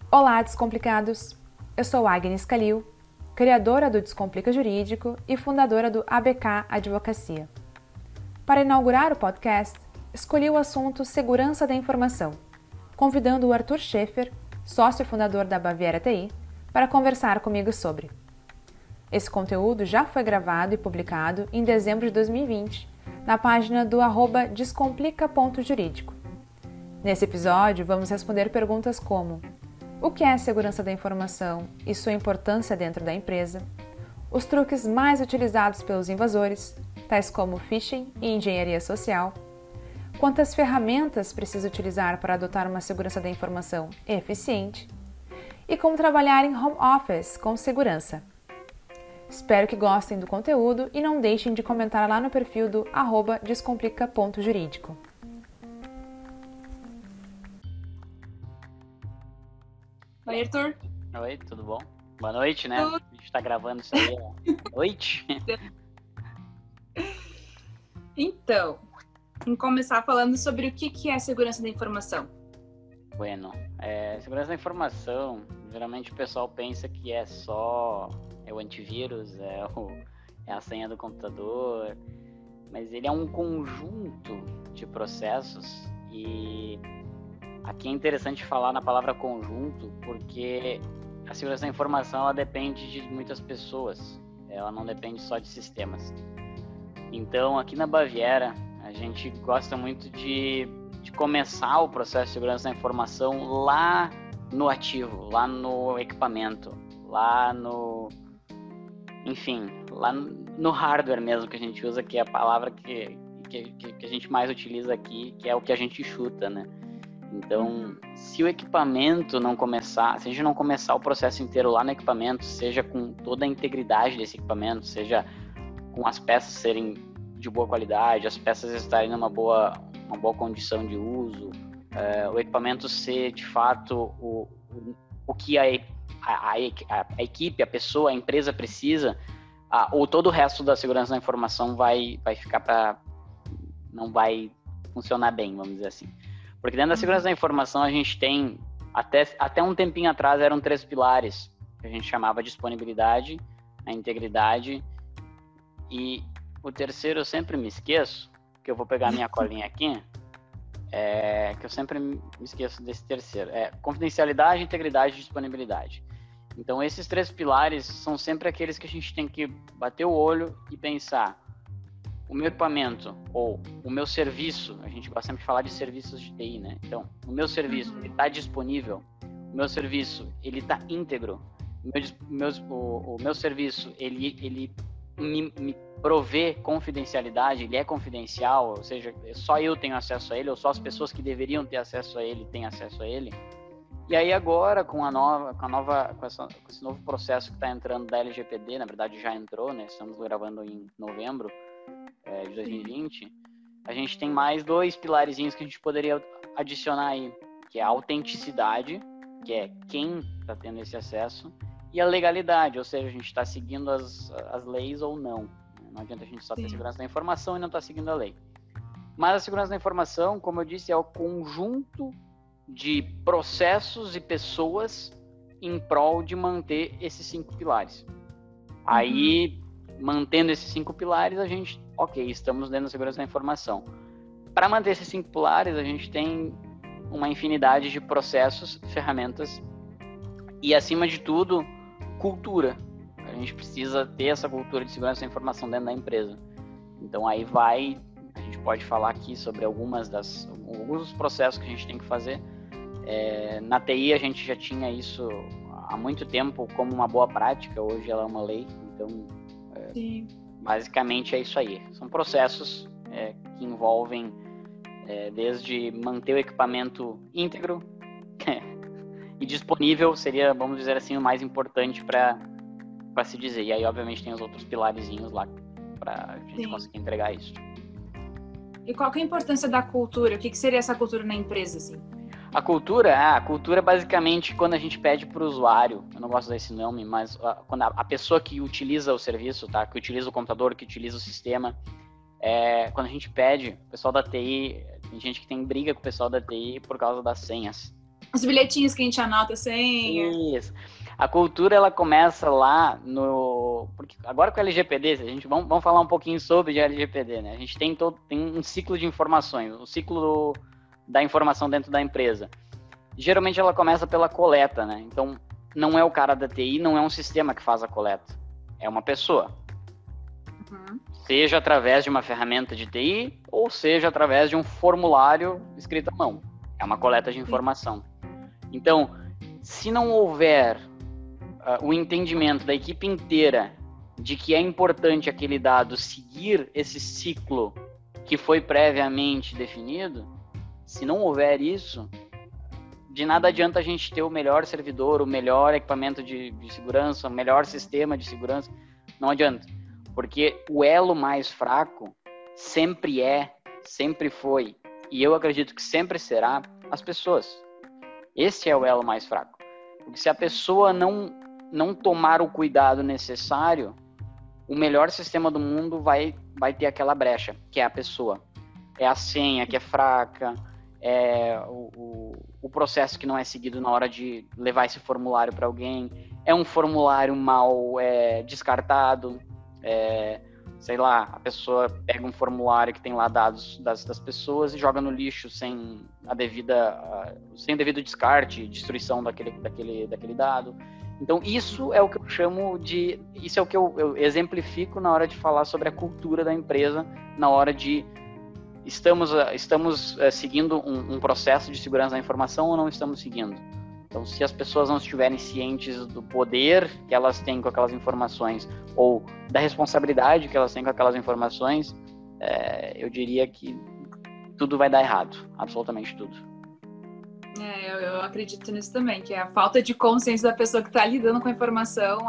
Olá, Descomplicados! Eu sou Agnes Calil, criadora do Descomplica Jurídico e fundadora do ABK Advocacia. Para inaugurar o podcast, escolhi o assunto Segurança da Informação, convidando o Arthur Schaeffer, sócio fundador da Baviera TI, para conversar comigo sobre. Esse conteúdo já foi gravado e publicado em dezembro de 2020, na página do @descomplica.jurídico. Nesse episódio, vamos responder perguntas como: o que é a segurança da informação e sua importância dentro da empresa? Os truques mais utilizados pelos invasores, tais como phishing e engenharia social? Quantas ferramentas precisa utilizar para adotar uma segurança da informação eficiente? E como trabalhar em home office com segurança? Espero que gostem do conteúdo e não deixem de comentar lá no perfil do @descomplica.jurídico. Oi, Arthur. Oi, tudo bom? Boa noite, né? Tudo. A gente tá gravando isso aí à noite. Então, vamos começar falando sobre o que é segurança da informação. Bueno, segurança da informação, geralmente o pessoal pensa que é só o antivírus, é a senha do computador, mas ele é um conjunto de processos e aqui é interessante falar na palavra conjunto porque a segurança da informação ela depende de muitas pessoas, ela não depende só de sistemas. Então, aqui na Baviera, a gente gosta muito de começar o processo de segurança da informação lá no ativo, lá no equipamento, lá no... Enfim, lá no hardware mesmo que a gente usa, que é a palavra que a gente mais utiliza aqui, que é o que a gente chuta, né? Então, se o equipamento não começar, se a gente não começar o processo inteiro lá no equipamento, seja com toda a integridade desse equipamento, seja com as peças serem de boa qualidade, as peças estarem numa boa condição de uso, o equipamento ser de fato o que a equipe, a pessoa, a empresa precisa, ou todo o resto da segurança da informação vai ficar não vai funcionar bem, vamos dizer assim. Porque dentro da segurança da informação a gente tem, até um tempinho atrás, eram 3 pilares, que a gente chamava de disponibilidade, a integridade, e o terceiro eu sempre me esqueço, que eu vou pegar minha colinha aqui, que eu sempre me esqueço desse terceiro, confidencialidade, integridade e disponibilidade. Então esses 3 pilares são sempre aqueles que a gente tem que bater o olho e pensar: o meu equipamento ou o meu serviço, a gente gosta sempre de falar de serviços de TI, né? Então, o meu serviço, ele está disponível, o meu serviço, ele está íntegro, o meu serviço, ele me provê confidencialidade, ele é confidencial, ou seja, só eu tenho acesso a ele, ou só as pessoas que deveriam ter acesso a ele têm acesso a ele. E aí agora, com esse novo processo que está entrando da LGPD, na verdade já entrou, né? Estamos gravando em novembro de 2020, a gente tem mais 2 pilarzinhos que a gente poderia adicionar aí, que é a autenticidade, que é quem está tendo esse acesso, e a legalidade, ou seja, a gente está seguindo as leis ou não. Não adianta a gente só ter segurança da informação e não estar seguindo a lei. Mas a segurança da informação, como eu disse, é o conjunto de processos e pessoas em prol de manter esses 5 pilares. Aí, mantendo esses 5 pilares, a gente, estamos dentro da segurança da informação. Para manter esses 5 pilares, a gente tem uma infinidade de processos, ferramentas e, acima de tudo, cultura. A gente precisa ter essa cultura de segurança da informação dentro da empresa. Então, aí a gente pode falar aqui sobre alguns dos processos que a gente tem que fazer. Na TI, a gente já tinha isso há muito tempo como uma boa prática, hoje ela é uma lei, então... Basicamente é isso aí. São processos que envolvem desde manter o equipamento íntegro e disponível, seria, vamos dizer assim, o mais importante para se dizer. E aí, obviamente, tem os outros pilarezinhos lá para a gente conseguir entregar isso. E qual que é a importância da cultura? O que seria essa cultura na empresa, assim? A cultura é basicamente quando a gente pede para o usuário, eu não gosto desse nome, mas quando a pessoa que utiliza o serviço, tá? Que utiliza o computador, que utiliza o sistema, quando a gente pede, o pessoal da TI, tem gente que tem briga com o pessoal da TI por causa das senhas. Os bilhetinhos que a gente anota a senha. Isso. A cultura, ela começa lá no... Porque agora com o LGPD, vamos falar um pouquinho sobre LGPD, né? A gente tem um ciclo de informações, o ciclo da informação dentro da empresa. Geralmente ela começa pela coleta, né? Então, não é o cara da TI, não é um sistema que faz a coleta. É uma pessoa. Uhum. Seja através de uma ferramenta de TI ou seja através de um formulário escrito à mão. É uma coleta de informação. Então, se não houver o entendimento da equipe inteira de que é importante aquele dado seguir esse ciclo que foi previamente definido, se não houver isso, de nada adianta a gente ter o melhor servidor, o melhor equipamento de segurança, o melhor sistema de segurança. Não adianta. Porque o elo mais fraco sempre foi, e eu acredito que sempre será, as pessoas. Esse é o elo mais fraco. Porque se a pessoa não tomar o cuidado necessário, o melhor sistema do mundo vai ter aquela brecha, que é a pessoa. É a senha que é fraca, é o processo que não é seguido na hora de levar esse formulário para alguém, é um formulário mal descartado, sei lá, a pessoa pega um formulário que tem lá dados das pessoas e joga no lixo sem o devido descarte, destruição daquele dado. Então, isso é o que eu chamo de... Isso é o que eu exemplifico na hora de falar sobre a cultura da empresa, na hora de... Estamos seguindo um processo de segurança da informação ou não estamos seguindo? Então, se as pessoas não estiverem cientes do poder que elas têm com aquelas informações ou da responsabilidade que elas têm com aquelas informações, eu diria que tudo vai dar errado, absolutamente tudo. Eu acredito nisso também, que a falta de consciência da pessoa que está lidando com a informação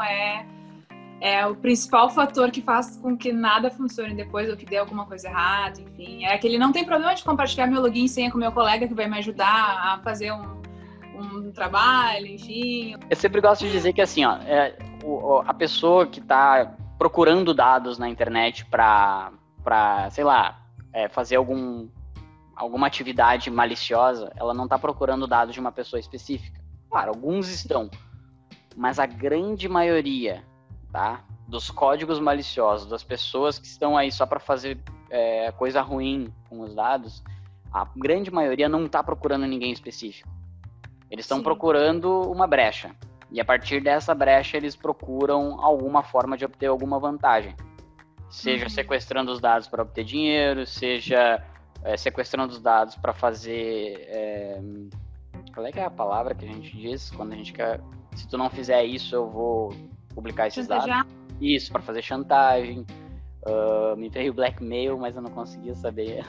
é o principal fator que faz com que nada funcione depois ou que dê alguma coisa errada, enfim. É que ele não tem problema de compartilhar meu login e senha com meu colega que vai me ajudar a fazer um trabalho, enfim. Eu sempre gosto de dizer que assim, a pessoa que está procurando dados na internet para sei lá, fazer alguma atividade maliciosa, ela não está procurando dados de uma pessoa específica. Claro, alguns estão, mas a grande maioria, tá, dos códigos maliciosos, das pessoas que estão aí só para fazer coisa ruim com os dados, a grande maioria não está procurando ninguém específico. Eles estão procurando uma brecha. E a partir dessa brecha, eles procuram alguma forma de obter alguma vantagem. Seja sequestrando os dados para obter dinheiro, seja sequestrando os dados para fazer... qual é que é a palavra que a gente diz? Quando a gente quer... Se tu não fizer isso, eu vou publicar esses dados. Isso, para fazer chantagem. Me veio blackmail, mas eu não conseguia saber.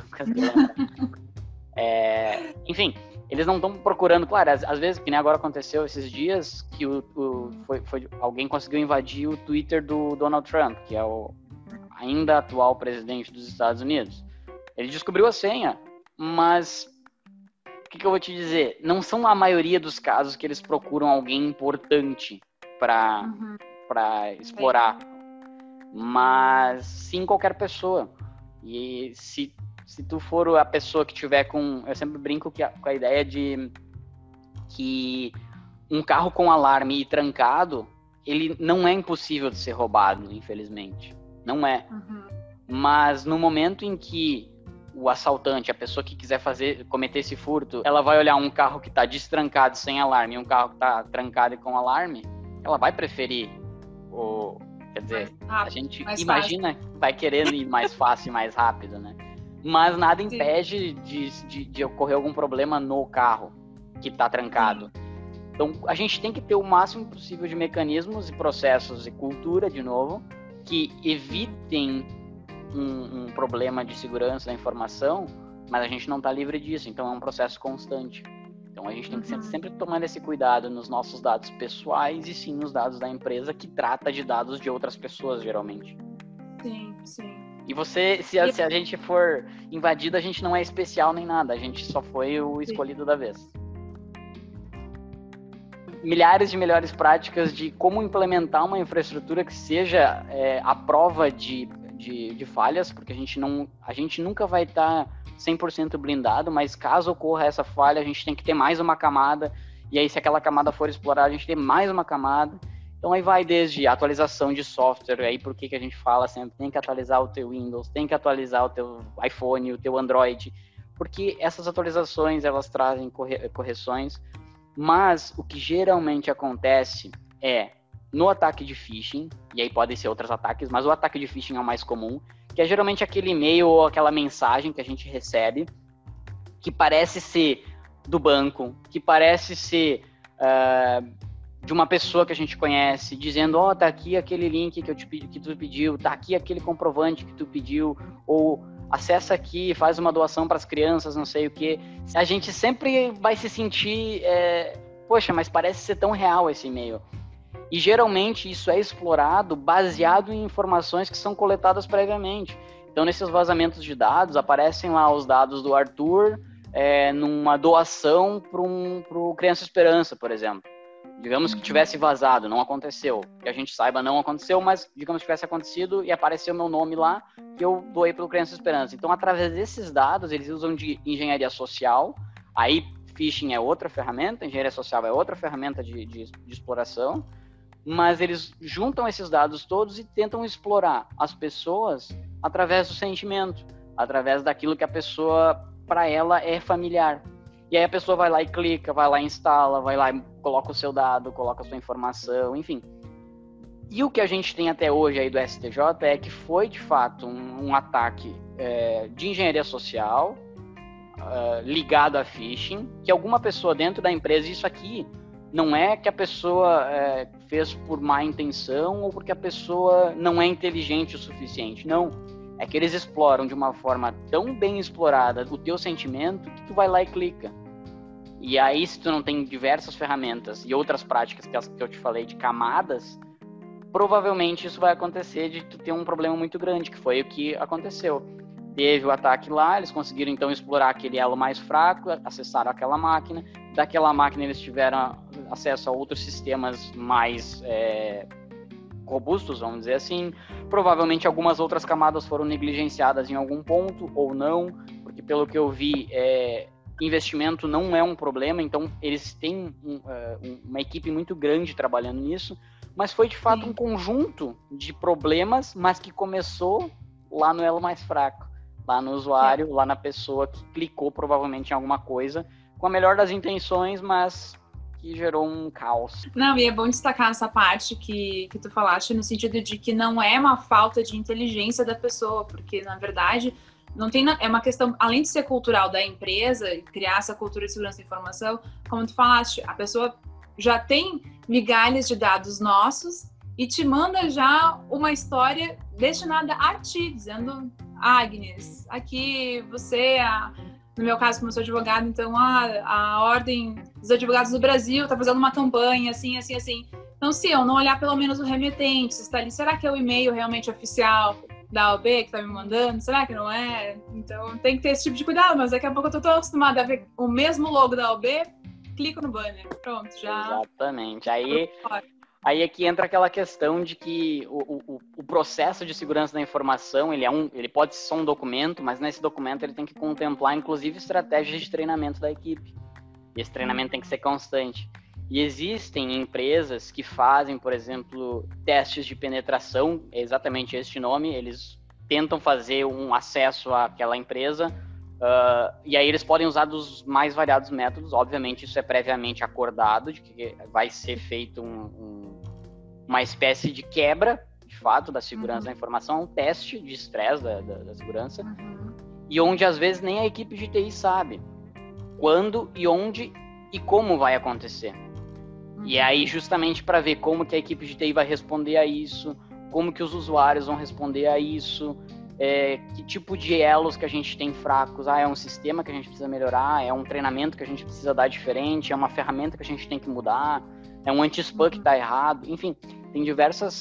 Enfim, eles não estão procurando... Claro, às vezes, que nem agora aconteceu esses dias, que alguém conseguiu invadir o Twitter do Donald Trump, que é o ainda atual presidente dos Estados Unidos. Ele descobriu a senha, mas o que eu vou te dizer? Não são a maioria dos casos que eles procuram alguém importante para explorar, mas sim qualquer pessoa. E se tu for a pessoa que tiver com... Eu sempre brinco com a ideia de que um carro com alarme e trancado, ele não é impossível de ser roubado, infelizmente. Não é. Mas no momento em que o assaltante, a pessoa que quiser cometer esse furto, ela vai olhar um carro que está destrancado sem alarme e um carro que está trancado e com alarme, ela vai preferir quer dizer, a gente imagina que vai querendo ir mais fácil e mais rápido, né? Mas nada impede de ocorrer algum problema no carro que está trancado. Então, a gente tem que ter o máximo possível de mecanismos e processos e cultura, de novo, que evitem um problema de segurança da informação, mas a gente não está livre disso, então é um processo constante. Então a gente tem que sempre tomar esse cuidado nos nossos dados pessoais e sim nos dados da empresa, que trata de dados de outras pessoas, geralmente. Sim. E se a gente for invadido, a gente não é especial nem nada, a gente só foi o escolhido da vez. Milhares de melhores práticas de como implementar uma infraestrutura que seja à prova de falhas, porque a gente nunca vai estar 100% blindado, mas caso ocorra essa falha, a gente tem que ter mais uma camada e aí se aquela camada for explorada, a gente tem mais uma camada. Então aí vai desde atualização de software, aí por que a gente fala sempre, tem que atualizar o teu Windows, tem que atualizar o teu iPhone, o teu Android, porque essas atualizações, elas trazem correções, mas o que geralmente acontece é, no ataque de phishing, e aí podem ser outros ataques, mas o ataque de phishing é o mais comum, que é geralmente aquele e-mail ou aquela mensagem que a gente recebe, que parece ser do banco, que parece ser de uma pessoa que a gente conhece, dizendo, tá aqui aquele link que tu pediu, tá aqui aquele comprovante que tu pediu, ou acessa aqui, faz uma doação para as crianças, não sei o quê. A gente sempre vai se sentir, poxa, mas parece ser tão real esse e-mail. E geralmente isso é explorado baseado em informações que são coletadas previamente. Então, nesses vazamentos de dados, aparecem lá os dados do Arthur numa doação para o Criança Esperança, por exemplo. Digamos que tivesse vazado, não aconteceu. Que a gente saiba, não aconteceu, mas digamos que tivesse acontecido e apareceu meu nome lá, que eu doei pelo Criança Esperança. Então, através desses dados, eles usam de engenharia social. Aí, phishing é outra ferramenta, engenharia social é outra ferramenta de exploração. Mas eles juntam esses dados todos e tentam explorar as pessoas através do sentimento, através daquilo que a pessoa, para ela, é familiar. E aí a pessoa vai lá e clica, vai lá e instala, vai lá e coloca o seu dado, coloca a sua informação, enfim. E o que a gente tem até hoje aí do STJ é que foi, de fato, um ataque de engenharia social ligado a phishing, que alguma pessoa dentro da empresa, isso aqui não é que a pessoa fez por má intenção ou porque a pessoa não é inteligente o suficiente, não. É que eles exploram de uma forma tão bem explorada o teu sentimento que tu vai lá e clica. E aí, se tu não tem diversas ferramentas e outras práticas que eu te falei de camadas, provavelmente isso vai acontecer de tu ter um problema muito grande, que foi o que aconteceu. Teve o ataque lá, eles conseguiram então explorar aquele elo mais fraco, acessaram aquela máquina, daquela máquina eles tiveram acesso a outros sistemas mais robustos, vamos dizer assim. Provavelmente algumas outras camadas foram negligenciadas em algum ponto, ou não, porque pelo que eu vi, investimento não é um problema, então eles têm uma equipe muito grande trabalhando nisso, mas foi de fato um conjunto de problemas, mas que começou lá no elo mais fraco, lá no usuário, lá na pessoa que clicou provavelmente em alguma coisa, com a melhor das intenções, mas que gerou um caos. Não, e é bom destacar essa parte que tu falaste, no sentido de que não é uma falta de inteligência da pessoa, porque, na verdade, não tem, é uma questão, além de ser cultural da empresa, criar essa cultura de segurança da informação, como tu falaste, a pessoa já tem migalhas de dados nossos e te manda já uma história destinada a ti, dizendo, Agnes, aqui você... No meu caso, como eu sou advogada, então a Ordem dos Advogados do Brasil está fazendo uma campanha, assim, assim, assim. Então, se eu não olhar pelo menos o remetente, se está ali, será que é o e-mail realmente oficial da OAB que está me mandando? Será que não é? Então, tem que ter esse tipo de cuidado, mas daqui a pouco eu estou tão acostumada a ver o mesmo logo da OAB, clico no banner, pronto, já... Exatamente. Aí é que entra aquela questão de que o processo de segurança da informação, ele pode ser só um documento, mas nesse documento ele tem que contemplar, inclusive, estratégias de treinamento da equipe. E esse treinamento tem que ser constante. E existem empresas que fazem, por exemplo, testes de penetração, é exatamente este nome, eles tentam fazer um acesso àquela empresa, e aí eles podem usar dos mais variados métodos. Obviamente isso é previamente acordado, de que vai ser feito uma espécie de quebra, de fato, da segurança da informação, um teste de estresse da segurança, e onde às vezes nem a equipe de TI sabe quando e onde e como vai acontecer. E aí justamente para ver como que a equipe de TI vai responder a isso, como que os usuários vão responder a isso, que tipo de elos que a gente tem fracos, é um sistema que a gente precisa melhorar, é um treinamento que a gente precisa dar diferente, é uma ferramenta que a gente tem que mudar, é um anti-spam que está errado, enfim, tem diversos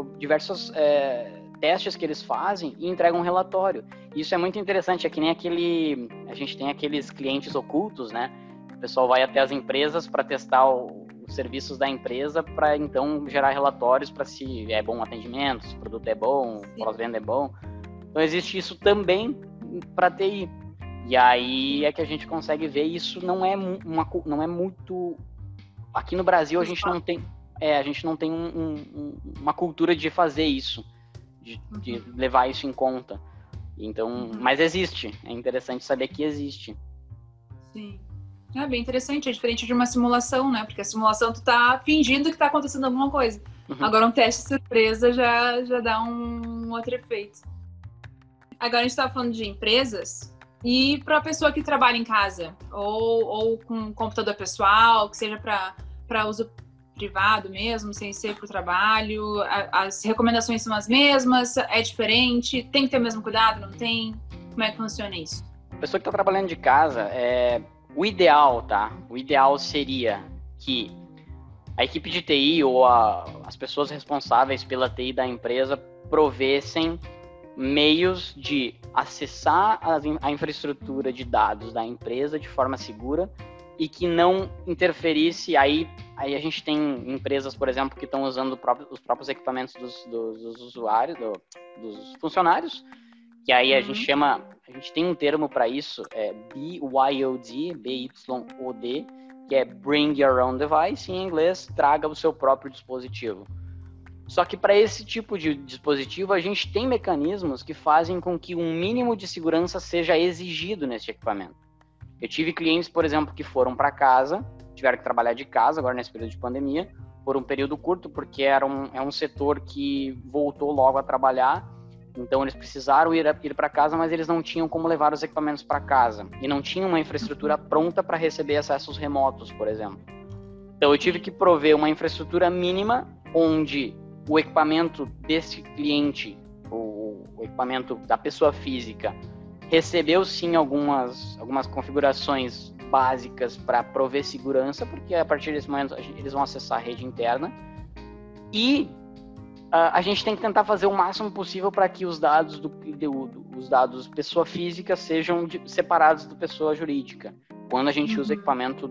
testes que eles fazem e entregam um relatório. Isso é muito interessante, é que nem a gente tem aqueles clientes ocultos, né? O pessoal vai até as empresas para testar os serviços da empresa para então gerar relatórios para se é bom o atendimento, se o produto é bom, se pós-venda é bom. Então existe isso também para TI. E aí é que a gente consegue ver isso não é muito aqui no Brasil a gente não tem uma cultura de fazer isso, de levar isso em conta. Então, mas existe, é interessante saber que existe. Sim. É bem interessante, é diferente de uma simulação, né? Porque a simulação tu tá fingindo que tá acontecendo alguma coisa. Agora um teste surpresa já dá um outro efeito. Agora a gente tava falando de empresas e para a pessoa que trabalha em casa ou com computador pessoal, que seja para uso privado mesmo, sem ser para o trabalho, as recomendações são as mesmas, é diferente, tem que ter o mesmo cuidado, não tem? Como é que funciona isso? A pessoa que está trabalhando de casa, o ideal, tá? O ideal seria que a equipe de TI ou as pessoas responsáveis pela TI da empresa provessem meios de acessar a infraestrutura de dados da empresa de forma segura e que não interferisse. Aí a gente tem empresas, por exemplo, que estão usando os próprios equipamentos dos usuários, dos funcionários, que aí a gente tem um termo para isso, BYOD, BYOD, que é Bring Your Own Device, em inglês, traga o seu próprio dispositivo. Só que para esse tipo de dispositivo, a gente tem mecanismos que fazem com que um mínimo de segurança seja exigido nesse equipamento. Eu tive clientes, por exemplo, que foram para casa, tiveram que trabalhar de casa agora nesse período de pandemia, por um período curto, porque é um setor que voltou logo a trabalhar, então eles precisaram ir para casa, mas eles não tinham como levar os equipamentos para casa, e não tinham uma infraestrutura pronta para receber acessos remotos, por exemplo. Então eu tive que prover uma infraestrutura mínima, onde o equipamento desse cliente, o equipamento da pessoa física, recebeu sim algumas configurações básicas para prover segurança, porque a partir desse momento eles vão acessar a rede interna, e a gente tem que tentar fazer o máximo possível para que os dados os dados pessoa física sejam separados da pessoa jurídica, quando a gente usa equipamento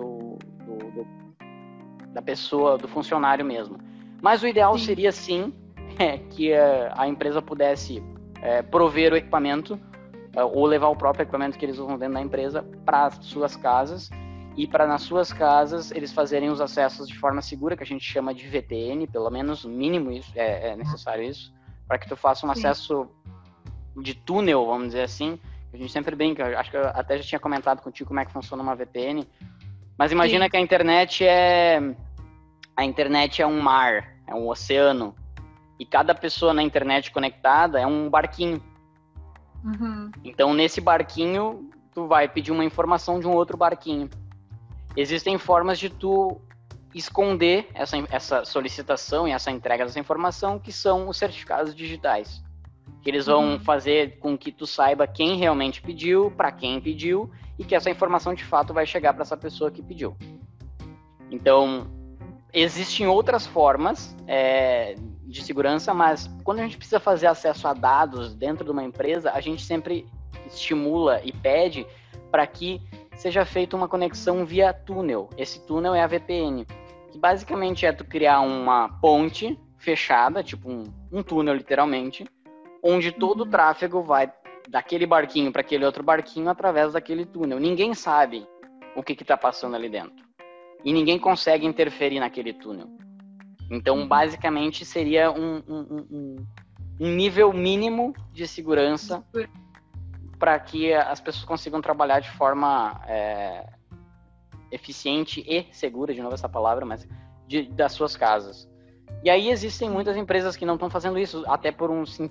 da pessoa, do funcionário mesmo. Mas o ideal seria sim que a empresa pudesse prover o equipamento ou levar o próprio equipamento que eles usam dentro da empresa para as suas casas, e para nas suas casas eles fazerem os acessos de forma segura, que a gente chama de VPN, pelo menos mínimo isso, é necessário isso, para que tu faça um acesso de túnel, vamos dizer assim. A gente sempre brinca, acho que eu até já tinha comentado contigo como é que funciona uma VPN, mas imagina que a internet é um mar, é um oceano, e cada pessoa na internet conectada é um barquinho. Então, nesse barquinho, tu vai pedir uma informação de um outro barquinho. Existem formas de tu esconder essa solicitação e essa entrega dessa informação, que são os certificados digitais. Que eles vão fazer com que tu saiba quem realmente pediu, para quem pediu, e que essa informação, de fato, vai chegar para essa pessoa que pediu. Então, existem outras formas de segurança, mas quando a gente precisa fazer acesso a dados dentro de uma empresa, a gente sempre estimula e pede para que seja feita uma conexão via túnel. Esse túnel é a VPN, que basicamente é tu criar uma ponte fechada, tipo um túnel literalmente, onde todo o tráfego vai daquele barquinho para aquele outro barquinho através daquele túnel. Ninguém sabe o que está passando ali dentro. E ninguém consegue interferir naquele túnel. Então, basicamente, seria um nível mínimo de segurança para que as pessoas consigam trabalhar de forma eficiente e segura, de novo essa palavra, mas das suas casas. E aí existem muitas empresas que não estão fazendo isso, até por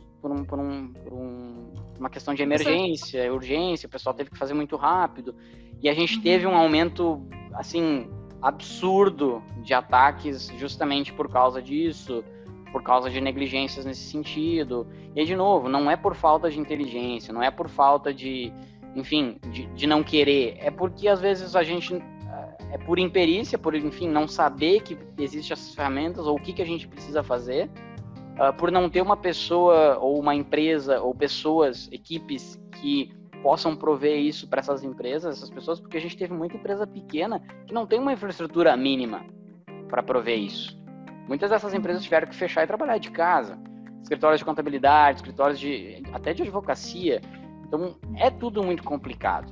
uma questão de emergência, urgência, o pessoal teve que fazer muito rápido, e a gente teve um aumento, assim, absurdo de ataques justamente por causa disso, por causa de negligências nesse sentido. E, de novo, não é por falta de inteligência, não é por falta de, enfim, de não querer, é porque às vezes a gente, é por imperícia, por, enfim, não saber que existem essas ferramentas ou o que a gente precisa fazer, por não ter uma pessoa ou uma empresa ou pessoas, equipes que possam prover isso para essas empresas, essas pessoas, porque a gente teve muita empresa pequena que não tem uma infraestrutura mínima para prover isso. Muitas dessas empresas tiveram que fechar e trabalhar de casa, escritórios de contabilidade, escritórios até de advocacia. Então, é tudo muito complicado.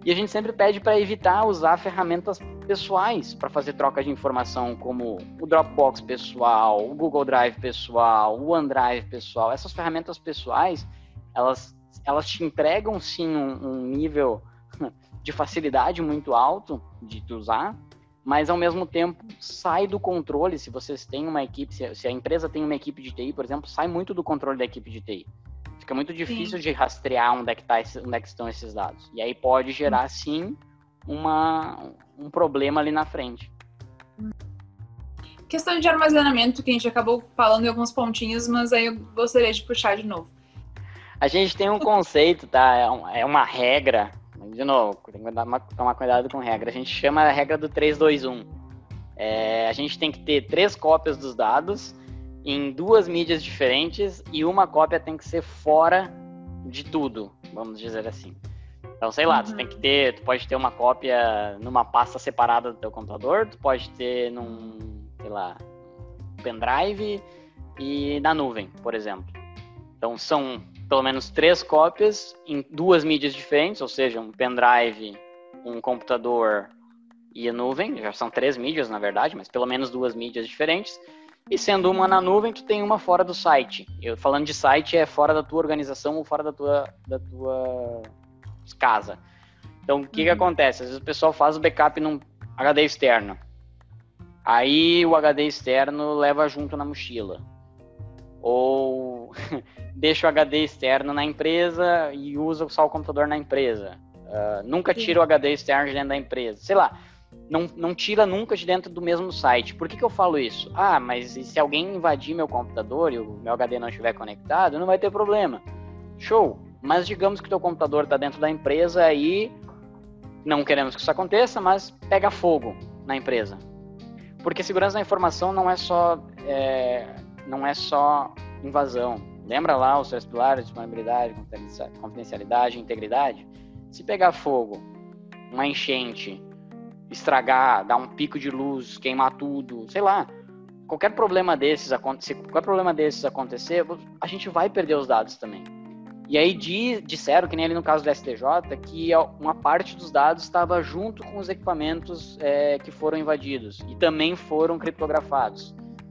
E a gente sempre pede para evitar usar ferramentas pessoais para fazer troca de informação, como o Dropbox pessoal, o Google Drive pessoal, o OneDrive pessoal. Essas ferramentas pessoais, elas te entregam, sim, um nível de facilidade muito alto de usar, mas, ao mesmo tempo, sai do controle. Se vocês têm uma equipe, se a empresa tem uma equipe de TI, por exemplo, sai muito do controle da equipe de TI. Fica muito difícil de rastrear onde é que estão esses dados. E aí pode gerar, sim, um problema ali na frente. Questão de armazenamento, que a gente acabou falando em alguns pontinhos, mas aí eu gostaria de puxar de novo. A gente tem um conceito, tá? É uma regra. De novo, tem que tomar cuidado com regra. A gente chama a regra do 3-2-1. A gente tem que ter 3 cópias dos dados em 2 mídias diferentes e uma cópia tem que ser fora de tudo, vamos dizer assim. Então, sei lá, tu pode ter uma cópia numa pasta separada do teu computador, tu pode ter num, sei lá, pendrive e na nuvem, por exemplo. Então, são pelo menos 3 cópias em 2 mídias diferentes, ou seja, um pendrive, um computador e a nuvem. Já são 3 mídias, na verdade, mas pelo menos 2 mídias diferentes. E sendo uma na nuvem, tu tem uma fora do site. Eu falando de site, é fora da tua organização ou fora da tua casa. Então, o que acontece? Às vezes o pessoal faz o backup num HD externo. Aí o HD externo leva junto na mochila. Ou deixa o HD externo na empresa e usa só o computador na empresa. Nunca tira o HD externo de dentro da empresa. Sei lá. Não tira nunca de dentro do mesmo site. Por que eu falo isso? Mas se alguém invadir meu computador e o meu HD não estiver conectado, não vai ter problema. Show! Mas digamos que o teu computador está dentro da empresa e não queremos que isso aconteça, mas pega fogo na empresa. Porque segurança da informação não é só invasão. Lembra lá os 3 pilares: disponibilidade, confidencialidade e integridade? Se pegar fogo, uma enchente, estragar, dar um pico de luz, queimar tudo, sei lá, qualquer problema desses acontecer, a gente vai perder os dados também. E aí disseram, que nem ali no caso do STJ, que uma parte dos dados estava junto com os equipamentos que foram invadidos e também foram criptografados.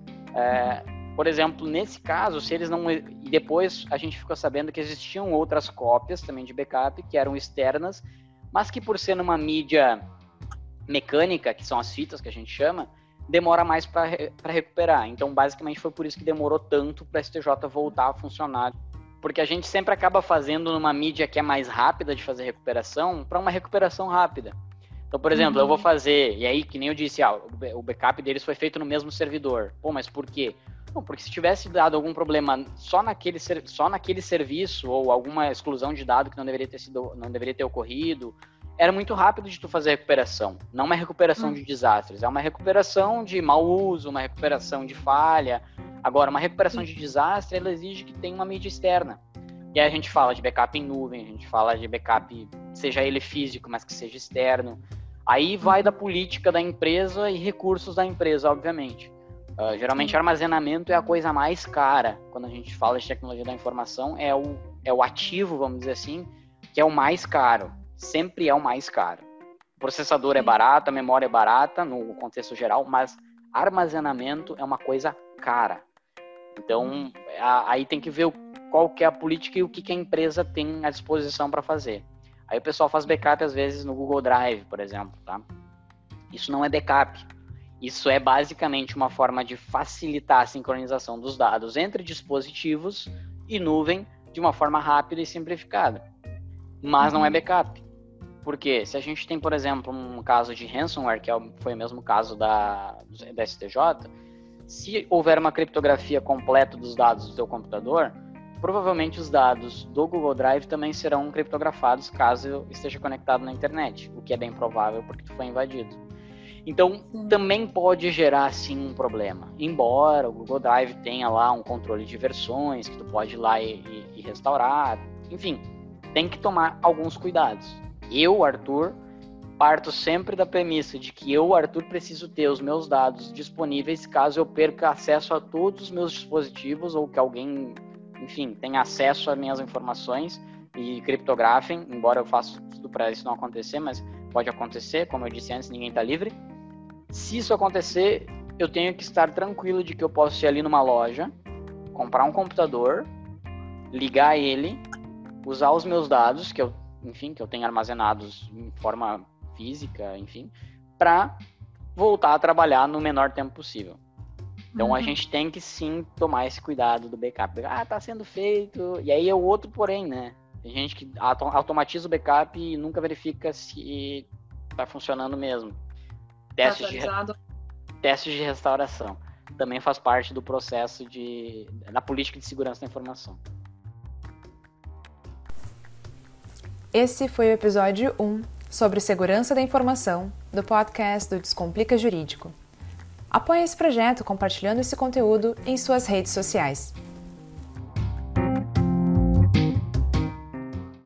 Por exemplo, nesse caso, se eles não... E depois a gente ficou sabendo que existiam outras cópias também de backup que eram externas, mas que, por ser numa mídia mecânica, que são as fitas que a gente chama, demora mais para recuperar. Então, basicamente, foi por isso que demorou tanto para a STJ voltar a funcionar. Porque a gente sempre acaba fazendo numa mídia que é mais rápida de fazer recuperação, para uma recuperação rápida. Então, por exemplo, eu vou fazer, e aí, que nem eu disse, o backup deles foi feito no mesmo servidor. Mas por quê? Não, porque se tivesse dado algum problema só naquele serviço, ou alguma exclusão de dado que não deveria ter ocorrido, era muito rápido de tu fazer a recuperação. Não uma recuperação de desastres, é uma recuperação de mau uso, uma recuperação de falha. Agora, uma recuperação de desastre, ela exige que tenha uma mídia externa. E aí a gente fala de backup em nuvem, a gente fala de backup, seja ele físico, mas que seja externo. Aí vai da política da empresa e recursos da empresa, obviamente. Geralmente, armazenamento é a coisa mais cara. Quando a gente fala de tecnologia da informação, é o ativo, vamos dizer assim, que é o mais caro. Sempre é o mais caro. O processador é barato, a memória é barata, no contexto geral, mas armazenamento é uma coisa cara. Então, aí tem que ver qual que é a política e o que a empresa tem à disposição para fazer. Aí o pessoal faz backup, às vezes, no Google Drive, por exemplo, tá? Isso não é backup. Isso é basicamente uma forma de facilitar a sincronização dos dados entre dispositivos e nuvem de uma forma rápida e simplificada. Mas não é backup. Porque se a gente tem, por exemplo, um caso de ransomware, que foi o mesmo caso da STJ, se houver uma criptografia completa dos dados do seu computador, provavelmente os dados do Google Drive também serão criptografados caso esteja conectado na internet, o que é bem provável porque tu foi invadido. Então, também pode gerar, sim, um problema. Embora o Google Drive tenha lá um controle de versões, que tu pode ir lá e restaurar, enfim, tem que tomar alguns cuidados. Eu, Arthur, parto sempre da premissa de que eu, Arthur, preciso ter os meus dados disponíveis caso eu perca acesso a todos os meus dispositivos ou que alguém, enfim, tenha acesso às minhas informações e criptografem, embora eu faça tudo para isso não acontecer, mas pode acontecer, como eu disse antes, ninguém está livre. Se isso acontecer, eu tenho que estar tranquilo de que eu posso ir ali numa loja, comprar um computador, ligar ele, usar os meus dados, que eu tenho armazenados em forma física, enfim, para voltar a trabalhar no menor tempo possível. Então, a gente tem que sim tomar esse cuidado do backup. Tá sendo feito. E aí é o outro porém, né? Tem gente que automatiza o backup e nunca verifica se tá funcionando mesmo. Testes de restauração. Também faz parte do processo da política de segurança da informação. Esse foi o episódio 1 sobre segurança da informação do podcast do Descomplica Jurídico. Apoie esse projeto compartilhando esse conteúdo em suas redes sociais.